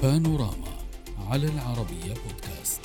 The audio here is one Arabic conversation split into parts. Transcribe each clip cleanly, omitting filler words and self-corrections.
بانوراما على العربية بودكاست.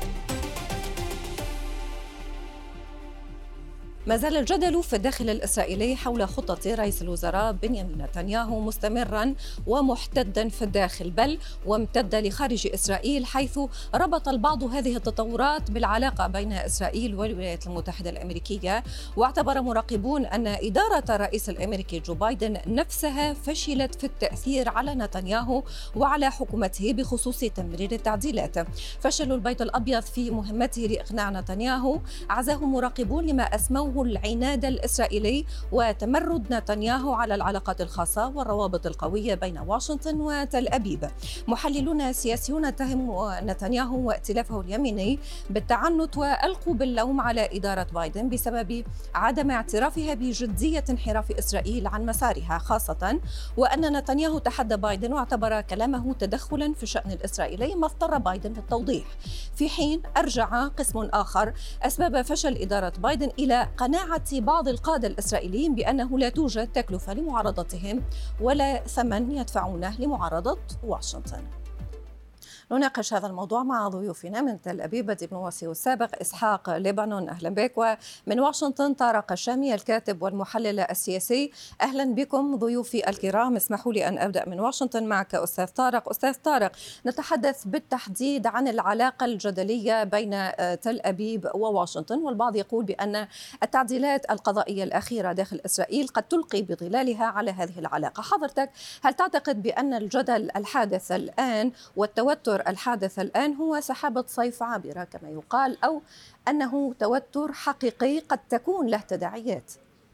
ما زال الجدل في الداخل الإسرائيلي حول خطة رئيس الوزراء بنيامين نتنياهو مستمرا ومحتدا في الداخل، بل وامتد لخارج إسرائيل، حيث ربط البعض هذه التطورات بالعلاقة بين إسرائيل والولايات المتحدة الأمريكية. واعتبر مراقبون أن إدارة الرئيس الأمريكي جو بايدن نفسها فشلت في التأثير على نتنياهو وعلى حكومته بخصوص تمرير التعديلات. فشل البيت الأبيض في مهمته لإقناع نتنياهو عزاه مراقبون لما أسموه العناد الإسرائيلي وتمرد نتنياهو على العلاقات الخاصة والروابط القوية بين واشنطن وتل أبيب. محللون سياسيون اتهموا نتنياهو وائتلافه اليميني بالتعنت وألقوا باللوم على إدارة بايدن بسبب عدم اعترافها بجدية انحراف إسرائيل عن مسارها، خاصة وأن نتنياهو تحدى بايدن واعتبر كلامه تدخلا في الشأن الإسرائيلي، ما اضطر بايدن للتوضيح. في حين أرجع قسم آخر أسباب فشل إدارة بايدن إلى قناعة بعض القادة الإسرائيليين بأنه لا توجد تكلفة لمعارضتهم ولا ثمن يدفعونه لمعارضة واشنطن. نناقش هذا الموضوع مع ضيوفنا من تل أبيب الدبلوماسي السابق إسحاق ليبانون، أهلا بك، ومن واشنطن طارق الشامي الكاتب والمحلل السياسي. أهلا بكم ضيوفي الكرام. اسمحوا لي أن أبدأ من واشنطن معك أستاذ طارق. أستاذ طارق، نتحدث بالتحديد عن العلاقة الجدلية بين تل أبيب وواشنطن، والبعض يقول بأن التعديلات القضائية الأخيرة داخل إسرائيل قد تلقي بظلالها على هذه العلاقة. حضرتك هل تعتقد بأن الجدل الحادث الآن والتوتر الحادث الآن هو سحابة صيف عابرة كما يقال، أو أنه توتر حقيقي قد تكون له تداعيات؟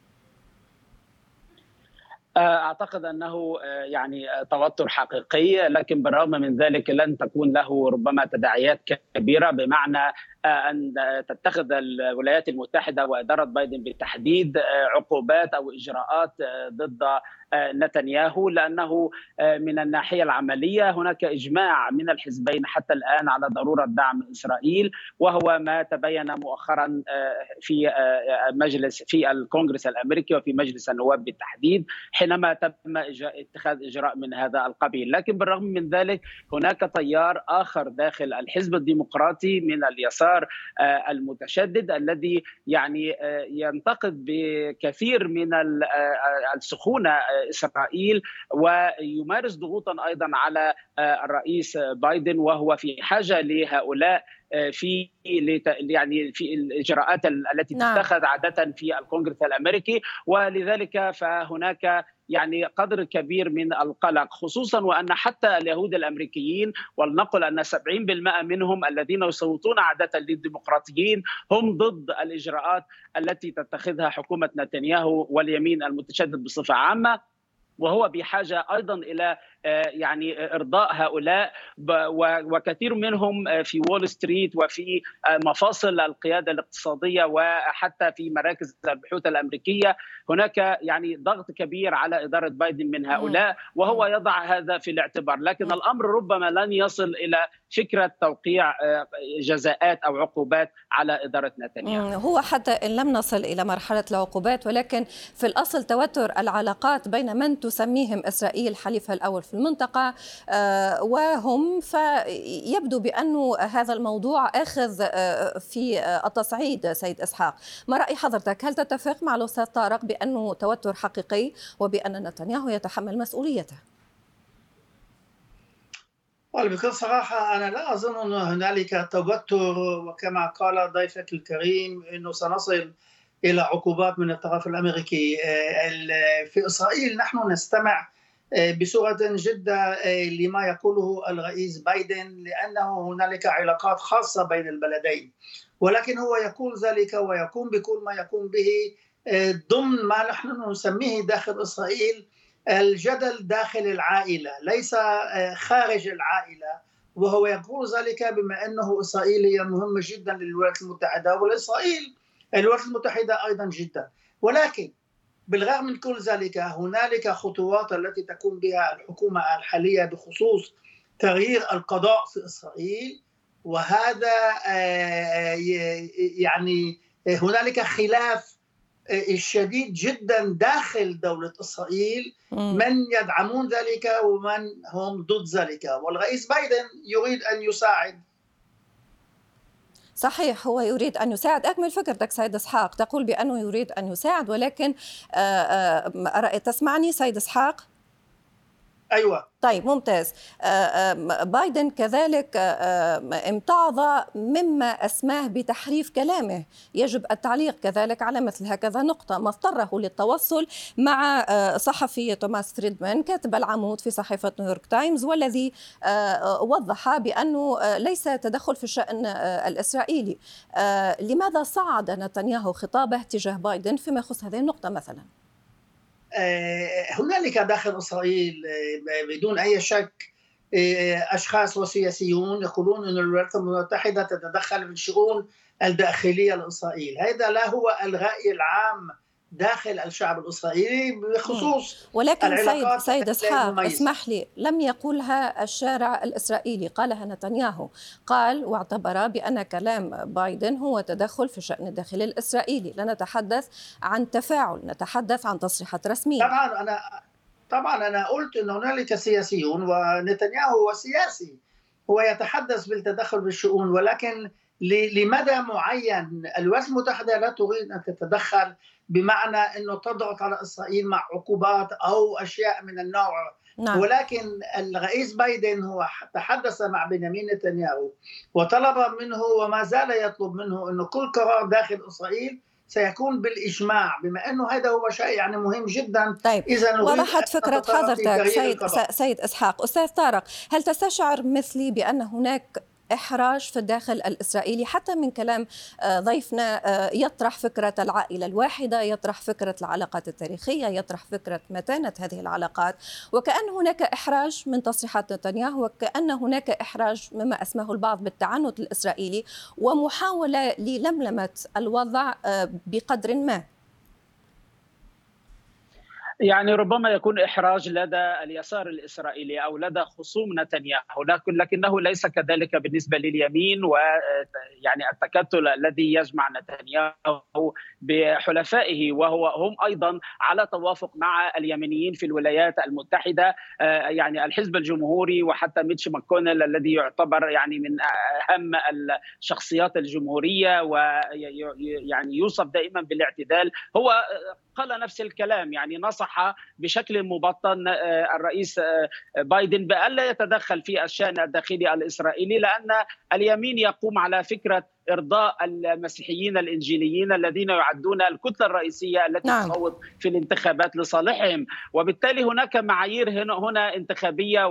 أعتقد أنه توتر حقيقي، لكن بالرغم من ذلك لن تكون له ربما تداعيات كبيرة، بمعنى أن تتخذ الولايات المتحدة وإدارة بايدن بالتحديد عقوبات أو إجراءات ضد نتنياهو، لأنه من الناحية العملية هناك إجماع من الحزبين حتى الآن على ضرورة دعم إسرائيل، وهو ما تبين مؤخرا في الكونغرس الأمريكي وفي مجلس النواب بالتحديد حينما تم اتخاذ إجراء من هذا القبيل. لكن بالرغم من ذلك هناك تيار آخر داخل الحزب الديمقراطي من اليسار المتشدد الذي ينتقد بكثير من السخونة إسرائيل ويمارس ضغوطا أيضا على الرئيس بايدن، وهو في حاجة لهؤلاء في الإجراءات التي تتخذ عادة في الكونغرس الأمريكي. ولذلك فهناك قدر كبير من القلق، خصوصا وأن حتى اليهود الأمريكيين، ولنقل أن 70% منهم الذين يصوتون عادة للديمقراطيين هم ضد الإجراءات التي تتخذها حكومة نتنياهو واليمين المتشدد بصفة عامة، وهو بحاجة أيضا إلى إرضاء هؤلاء، وكثير منهم في وول ستريت وفي مفاصل القيادة الاقتصادية وحتى في مراكز البحوث الأمريكية. هناك ضغط كبير على إدارة بايدن من هؤلاء، وهو يضع هذا في الاعتبار، لكن الأمر ربما لن يصل إلى فكرة توقيع جزاءات أو عقوبات على إدارة نتنياهو. هو حتى إن لم نصل إلى مرحلة العقوبات، ولكن في الأصل توتر العلاقات بين من تسميهم إسرائيل حليفها الأول في المنطقة وهم، فيبدو بأن هذا الموضوع آخذ في التصعيد. سيد إسحاق، ما رأي حضرتك؟ هل تتفق مع الأستاذ طارق بأنه توتر حقيقي وبأن نتنياهو يتحمل مسؤوليته؟ بكل صراحة أنا لا أظن أن هنالك توتر، وكما قال ضيفك الكريم أنه سنصل إلى عقوبات من الطرف الأمريكي. في إسرائيل نحن نستمع بصورة جدا لما يقوله الرئيس بايدن، لأنه هنالك علاقات خاصة بين البلدين، ولكن هو يقول ذلك ويقوم بكل ما يقوم به ضمن ما نحن نسميه داخل إسرائيل الجدل داخل العائلة، ليس خارج العائلة. وهو يقول ذلك بما أنه إسرائيل هي مهمة جدا للولايات المتحدة، والإسرائيل الولايات المتحدة أيضا جدا. ولكن بالرغم من كل ذلك هنالك خطوات التي تقوم بها الحكومة الحالية بخصوص تغيير القضاء في إسرائيل، وهذا هنالك خلاف الشديد جدا داخل دولة إسرائيل من يدعمون ذلك ومن هم ضد ذلك، والرئيس بايدن يريد أن يساعد. صحيح، هو يريد أن يساعد. أكمل فكرتك سيد إسحاق، تقول بأنه يريد أن يساعد، ولكن تسمعني سيد إسحاق؟ أيوة. طيب ممتاز. بايدن كذلك امتعض مما أسماه بتحريف كلامه. يجب التعليق كذلك على مثل هكذا نقطة، ما اضطره للتوصل مع صحفي توماس فريدمان كاتب العمود في صحيفة نيويورك تايمز، والذي وضح بأنه ليس تدخل في الشأن الإسرائيلي. لماذا صعد نتنياهو خطابه تجاه بايدن فيما يخص هذه النقطة مثلا؟ هنالك داخل إسرائيل بدون أي شك أشخاص وسياسيون يقولون أن الولايات المتحدة تتدخل في الشؤون الداخلية لإسرائيل. هذا لا هو الرأي العام داخل الشعب الإسرائيلي بخصوص ولكن سيد إسحاق اسمح لي، لم يقولها الشارع الإسرائيلي، قالها نتنياهو. قال واعتبر بأن كلام بايدن هو تدخل في الشأن الداخلي الإسرائيلي. لا نتحدث عن تفاعل، نتحدث عن تصريحات رسمية. طبعا أنا قلت أن هنالك سياسيون، ونتنياهو هو سياسي، هو يتحدث بالتدخل بالشؤون، ولكن لمدى معين. الولايات المتحدة لا تريد أن تتدخل بمعنى أنه تضغط على إسرائيل مع عقوبات أو أشياء من النوع. نعم. ولكن الرئيس بايدن هو تحدث مع بنيامين نتنياهو وطلب منه وما زال يطلب منه أنه كل قرار داخل إسرائيل سيكون بالإجماع، بما أنه هذا هو شيء يعني مهم جدا. طيب، وضحت فكرة حضرتك سيد إسحاق. أستاذ طارق، هل تستشعر مثلي بأن هناك إحراج في الداخل الإسرائيلي حتى من كلام ضيفنا يطرح فكرة العائلة الواحدة، يطرح فكرة العلاقات التاريخية، يطرح فكرة متانة هذه العلاقات، وكأن هناك إحراج من تصريحات نتنياهو، وكأن هناك إحراج مما أسماه البعض بالتعنت الإسرائيلي ومحاولة للملمة الوضع بقدر ما؟ يعني ربما يكون إحراج لدى اليسار الإسرائيلي أو لدى خصوم نتنياهو، لكنه ليس كذلك بالنسبة لليمين، ويعني التكتل الذي يجمع نتنياهو بحلفائه هم أيضا على توافق مع اليمينيين في الولايات المتحدة، يعني الحزب الجمهوري وحتى ميتش ماكونيل الذي يعتبر يعني من أهم الشخصيات الجمهورية ويعني يوصف دائما بالاعتدال، هو قال نفس الكلام. يعني نصح بشكل مبطن الرئيس بايدن بألا يتدخل في الشأن الداخلي الإسرائيلي، لأن اليمين يقوم على فكرة إرضاء المسيحيين الإنجيليين الذين يعدون الكتلة الرئيسية التي تصوت في الانتخابات لصالحهم، وبالتالي هناك معايير هنا انتخابية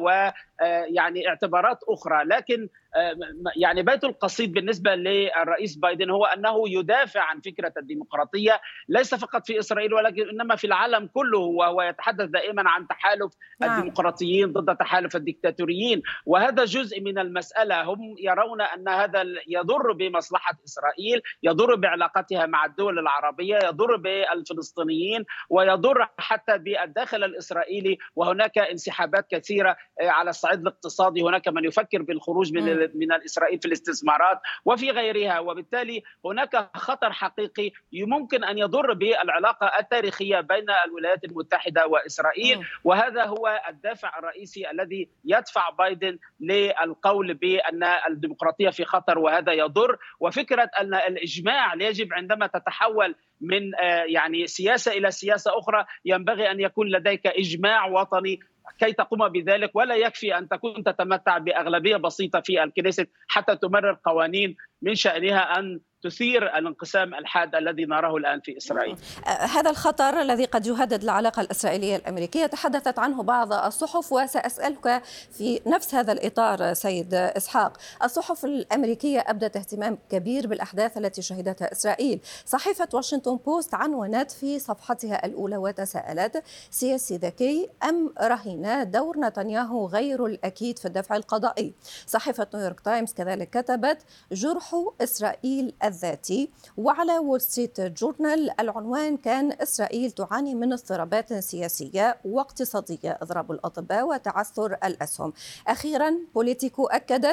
ويعني اعتبارات أخرى. لكن يعني بيت القصيد بالنسبة للرئيس بايدن هو أنه يدافع عن فكرة الديمقراطية ليس فقط في إسرائيل ولكن إنما في العالم كله، وهو يتحدث دائما عن تحالف الديمقراطيين ضد تحالف الدكتاتوريين، وهذا جزء من المسألة. هم يرون أن هذا يضر بمصلحة إسرائيل، يضر بعلاقتها مع الدول العربية، يضر بالفلسطينيين، ويضر حتى بالداخل الإسرائيلي. وهناك انسحابات كثيرة على الصعيد الاقتصادي، هناك من يفكر بالخروج من إسرائيل في الاستثمارات وفي غيرها، وبالتالي هناك خطر حقيقي يمكن أن يضر بالعلاقة التاريخية بين الولايات المتحدة وإسرائيل. وهذا هو الدافع الرئيسي الذي يدفع بايدن للقول بأن الديمقراطية في خطر وهذا يضر. وفكرة أن الإجماع يجب عندما تتحول من يعني سياسة إلى سياسة أخرى ينبغي أن يكون لديك إجماع وطني كي تقوم بذلك، ولا يكفي أن تكون تتمتع بأغلبية بسيطة في الكنيست حتى تمرر قوانين من شأنها أن تثير الانقسام الحاد الذي نراه الآن في إسرائيل. هذا الخطر الذي قد يهدد العلاقة الإسرائيلية الأمريكية تحدثت عنه بعض الصحف، وسأسألك في نفس هذا الإطار سيد إسحاق. الصحف الأمريكية أبدت اهتمام كبير بالأحداث التي شهدتها إسرائيل. صحيفة واشنطن بوست عنونت في صفحتها الأولى وتساءلت: سياسي ذكي أم رهينة؟ دور نتنياهو غير الأكيد في الدفع القضائي. صحيفة نيويورك تايمز كذلك كتبت: جرح إسرائيل الذاتي. وعلى وول ستريت جورنال العنوان كان: إسرائيل تعاني من اضطرابات سياسية واقتصادية، إضراب الأطباء وتعثر الأسهم. أخيرا بوليتيكو أكدت: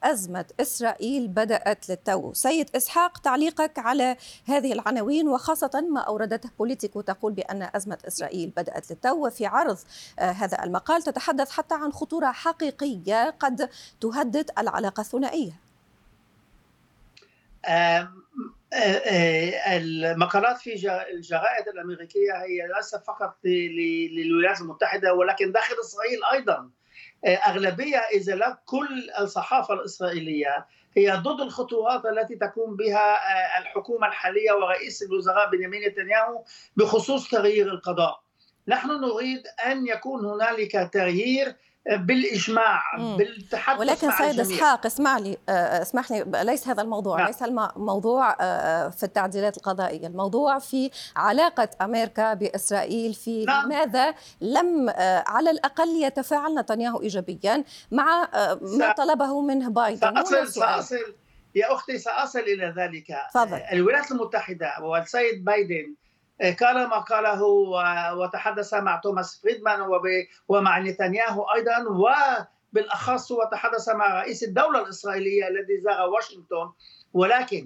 أزمة إسرائيل بدأت للتو. سيد إسحاق، تعليقك على هذه العناوين وخاصة ما أوردته بوليتيكو تقول بأن أزمة إسرائيل بدأت للتو، وفي عرض هذا المقال تتحدث حتى عن خطورة حقيقية قد تهدد العلاقة الثنائية. المقالات في الجرائد الأمريكية هي ليست فقط للولايات المتحدة ولكن داخل إسرائيل أيضا. أغلبية إذا لا كل الصحافة الإسرائيلية هي ضد الخطوات التي تقوم بها الحكومة الحالية ورئيس الوزراء بنيامين نتنياهو بخصوص تغيير القضاء. نحن نريد أن يكون هنالك تغيير بالإجماع بالتحدث ولكن مع سيد الجميع. إسحاق اسمح لي، ليس هذا الموضوع. نعم. ليس الموضوع في التعديلات القضائية، الموضوع في علاقة أمريكا بإسرائيل، في نعم. لماذا لم على الأقل يتفاعل نتنياهو إيجابيا مع ما طلبه منه بايدن؟ سأصل يا أختي، سأصل إلى ذلك. فضل. الولايات المتحدة والسيد بايدن قال ما قاله وتحدث مع توماس فريدمان ومع نتنياهو أيضا، وبالأخص وتحدث مع رئيس الدولة الإسرائيلية الذي زار واشنطن. ولكن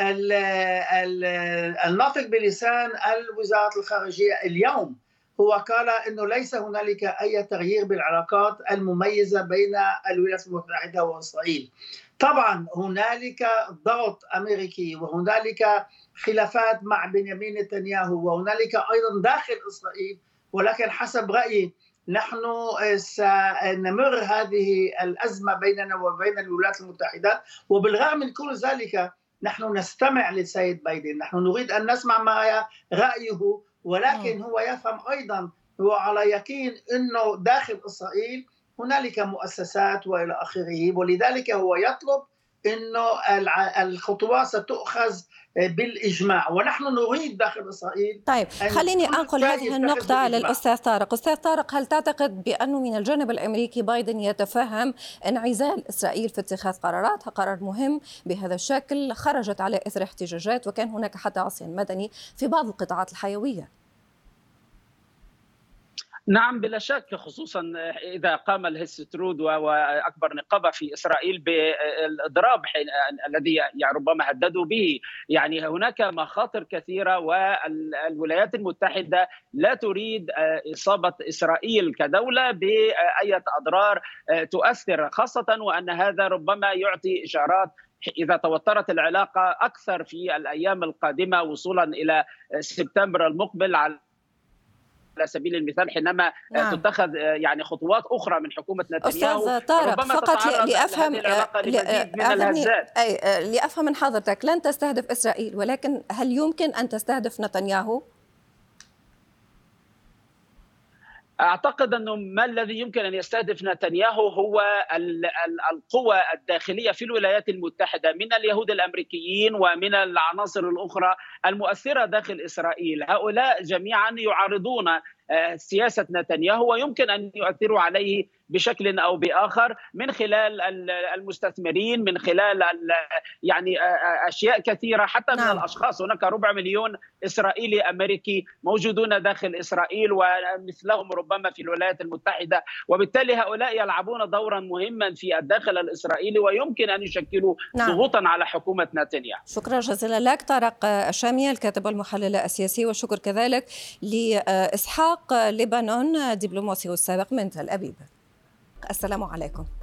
الناطق بلسان وزارة الخارجية اليوم هو قال أنه ليس هنالك أي تغيير بالعلاقات المميزة بين الولايات المتحدة وإسرائيل. طبعا هنالك ضغط أمريكي وهنالك خلافات مع بنيامين نتنياهو وهنالك أيضا داخل إسرائيل، ولكن حسب رأيي نحن سنمر هذه الأزمة بيننا وبين الولايات المتحدة. وبالرغم من كل ذلك نحن نستمع للسيد بايدن، نحن نريد أن نسمع ما رأيه، ولكن هو يفهم أيضا، هو على يقين أنه داخل إسرائيل هنالك مؤسسات وإلى آخره، ولذلك هو يطلب أنه الخطوات ستؤخذ بالإجماع، ونحن نريد داخل إسرائيل. طيب خليني أنقل هذه النقطة للأستاذ طارق. أستاذ طارق، هل تعتقد بأنه من الجانب الأمريكي بايدن يتفهم انعزال إسرائيل في اتخاذ قراراتها؟ قرار مهم بهذا الشكل خرجت على إثر احتجاجات وكان هناك حتى عصيان مدني في بعض القطاعات الحيوية. نعم بلا شك، خصوصا إذا قام الهسترود وأكبر نقابة في إسرائيل بالإضراب الذي ربما هددوا به. يعني هناك مخاطر كثيرة، والولايات المتحدة لا تريد إصابة إسرائيل كدولة بأي أضرار تؤثر، خاصة وأن هذا ربما يعطي إشارات إذا توترت العلاقة أكثر في الأيام القادمة وصولا إلى سبتمبر المقبل، على سبيل المثال حينما تتخذ يعني خطوات أخرى من حكومة نتنياهو. أستاذ طارق، فقط لأفهم من حضرتك، لن تستهدف إسرائيل، ولكن هل يمكن أن تستهدف نتنياهو؟ أعتقد أنه ما الذي يمكن أن يستهدف نتنياهو هو القوى الداخلية في الولايات المتحدة من اليهود الأمريكيين ومن العناصر الأخرى المؤثرة داخل إسرائيل. هؤلاء جميعا يعارضون سياسة نتنياهو ويمكن أن يؤثروا عليه بشكل أو بآخر من خلال المستثمرين، من خلال يعني أشياء كثيرة، حتى من الأشخاص. هناك 4 مليون إسرائيلي أمريكي موجودون داخل إسرائيل ومثلهم ربما في الولايات المتحدة، وبالتالي هؤلاء يلعبون دورا مهما في الداخل الإسرائيلي ويمكن أن يشكلوا ضغوطا على حكومة نتنياهو. شكرا جزيلا لك طارق الشامي الكاتب والمحلل السياسي، والشكر كذلك لإسحاق لبنان دبلوماسي السابق من تل أبيب. السلام عليكم.